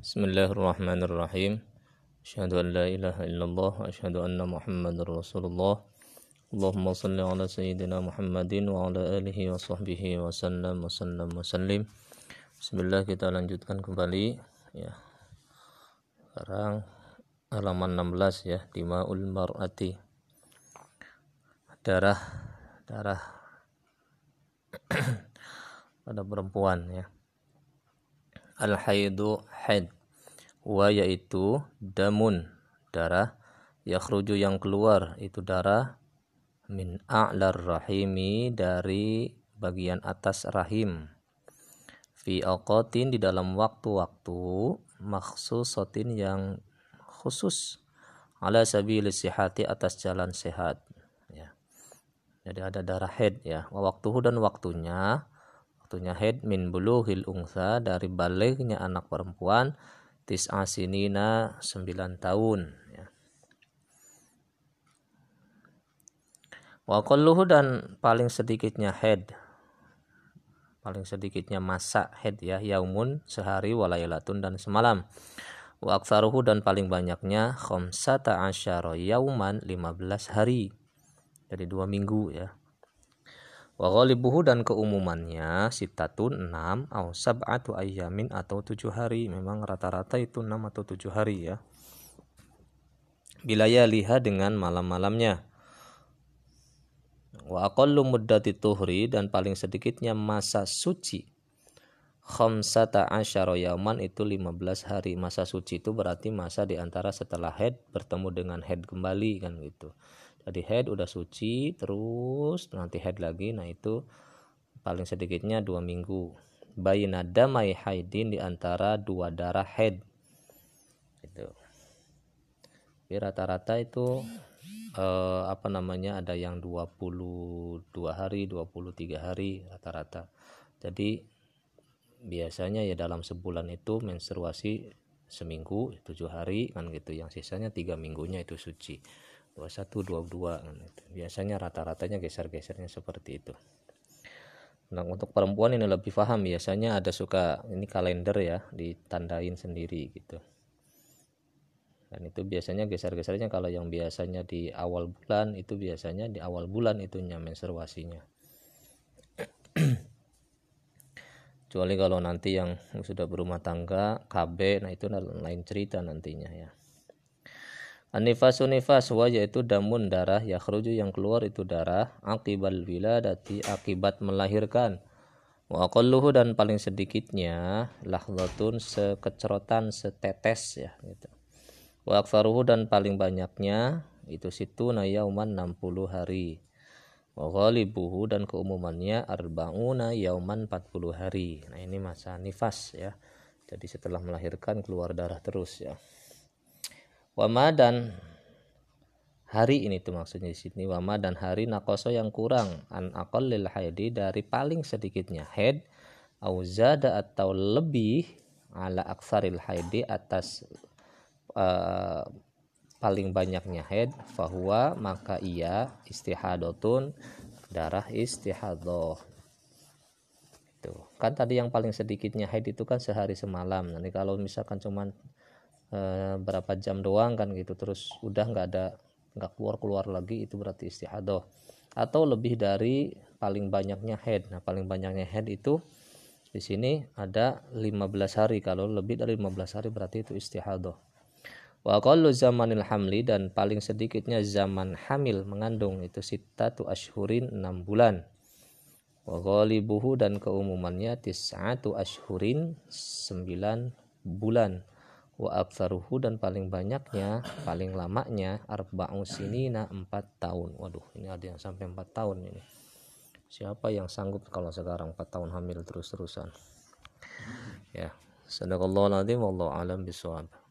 Bismillahirrahmanirrahim. Asyhadu an la ilaha illallah wa asyhadu anna Muhammadar Rasulullah. Allahumma shalli ala sayyidina Muhammadin wa ala alihi wa sahbihi wa sallam wa sallam wa sallim. Bismillah, kita lanjutkan kembali ya. Sekarang halaman 16 ya, Dima'ul mar'ati. Darah pada perempuan ya. Al-haidu haid wa yaitu damun darah, yakhruju yang keluar itu darah, min a'lar rahimi dari bagian atas rahim, fi awqatin di dalam waktu-waktu, makhsusatin yang khusus, ala sabilis sihati atas jalan sehat ya. Jadi ada darah haid ya, wa waktuhu dan waktunya haid min bulughil unsa dari balignya anak perempuan, tis'a sinina 9 tahun ya. Wa qalluhu dan paling sedikitnya masa haid ya, yaumun sehari, walailatun dan semalam. Wa aktsaruhu dan paling banyaknya khamsata asyara yauman 15 hari. Jadi 2 minggu ya. Wa ghalibuhu dan keumumannya sitatun 6 au sab'atu ayyamin atau 7 hari. Memang rata-rata itu 6 atau 7 hari ya. Bila yaliha dengan malam-malamnya. Wa aqallu muddati tuhri dan paling sedikitnya masa suci khamsata asyara yauman itu 15 hari. Masa suci itu berarti masa di antara setelah haid bertemu dengan haid kembali kan gitu. Jadi haid udah suci terus nanti haid lagi, nah itu paling sedikitnya 2 minggu. Baina damai haidin di antara 2 darah haid. Gitu. Jadi rata-rata itu ada yang 22 hari, 23 hari rata-rata. Jadi biasanya ya dalam sebulan itu menstruasi seminggu 7 hari kan gitu, yang sisanya 3 minggunya itu suci. 21, 22 kan gitu. Biasanya rata-ratanya geser-gesernya seperti itu. Nah, untuk perempuan ini lebih paham, biasanya ada suka ini kalender ya, ditandain sendiri gitu. Dan itu biasanya geser-gesernya kalau yang biasanya di awal bulan itu biasanya di awal bulan itunya menstruasinya. Kecuali kalau nanti yang sudah berumah tangga KB, nah itu lain cerita nantinya ya. An-nifasu nifas wa yaitu damun darah, yakhruju yang keluar itu darah, aqibal wiladati akibat melahirkan. Wa aqalluhu dan paling sedikitnya lahzatun sekecerotan, setetes ya gitu. Wa aktsaruhu dan paling banyaknya itu situna yauman 60 hari. Wa ghalibuhu dan keumumannya arba'una yauman 40 hari. Nah ini masa nifas ya. Jadi setelah melahirkan keluar darah terus ya. Wama dan hari ini tuh maksudnya di sini, wama dan hari naqasa yang kurang an aqallil haidi dari paling sedikitnya haid, au zada atau lebih ala aktsaril haidi atas paling banyaknya haid, fahuwa maka ia istihadatun darah istihadah. Itu kan tadi yang paling sedikitnya haid itu kan sehari semalam. Nanti kalau misalkan cuman berapa jam doang kan gitu terus udah nggak keluar lagi, itu berarti istihadah. Atau lebih dari paling banyaknya haid. Nah paling banyaknya haid itu di sini ada 15 hari. Kalau lebih dari 15 hari berarti itu istihadah. Wa aqallu zamanil hamli dan paling sedikitnya zaman hamil mengandung itu sittatu asyhurin 6 bulan. Wa ghalibuhu dan keumumannya tis'atu asyhurin 9 bulan. Wa aktsaruhu dan paling banyaknya, paling lamanya arba'u sinina 4 tahun. Waduh, ini ada yang sampai 4 tahun ini. Siapa yang sanggup kalau sekarang 4 tahun hamil terus-terusan? Ya, sadaqallahul azim, wallahu a'lam bishawab.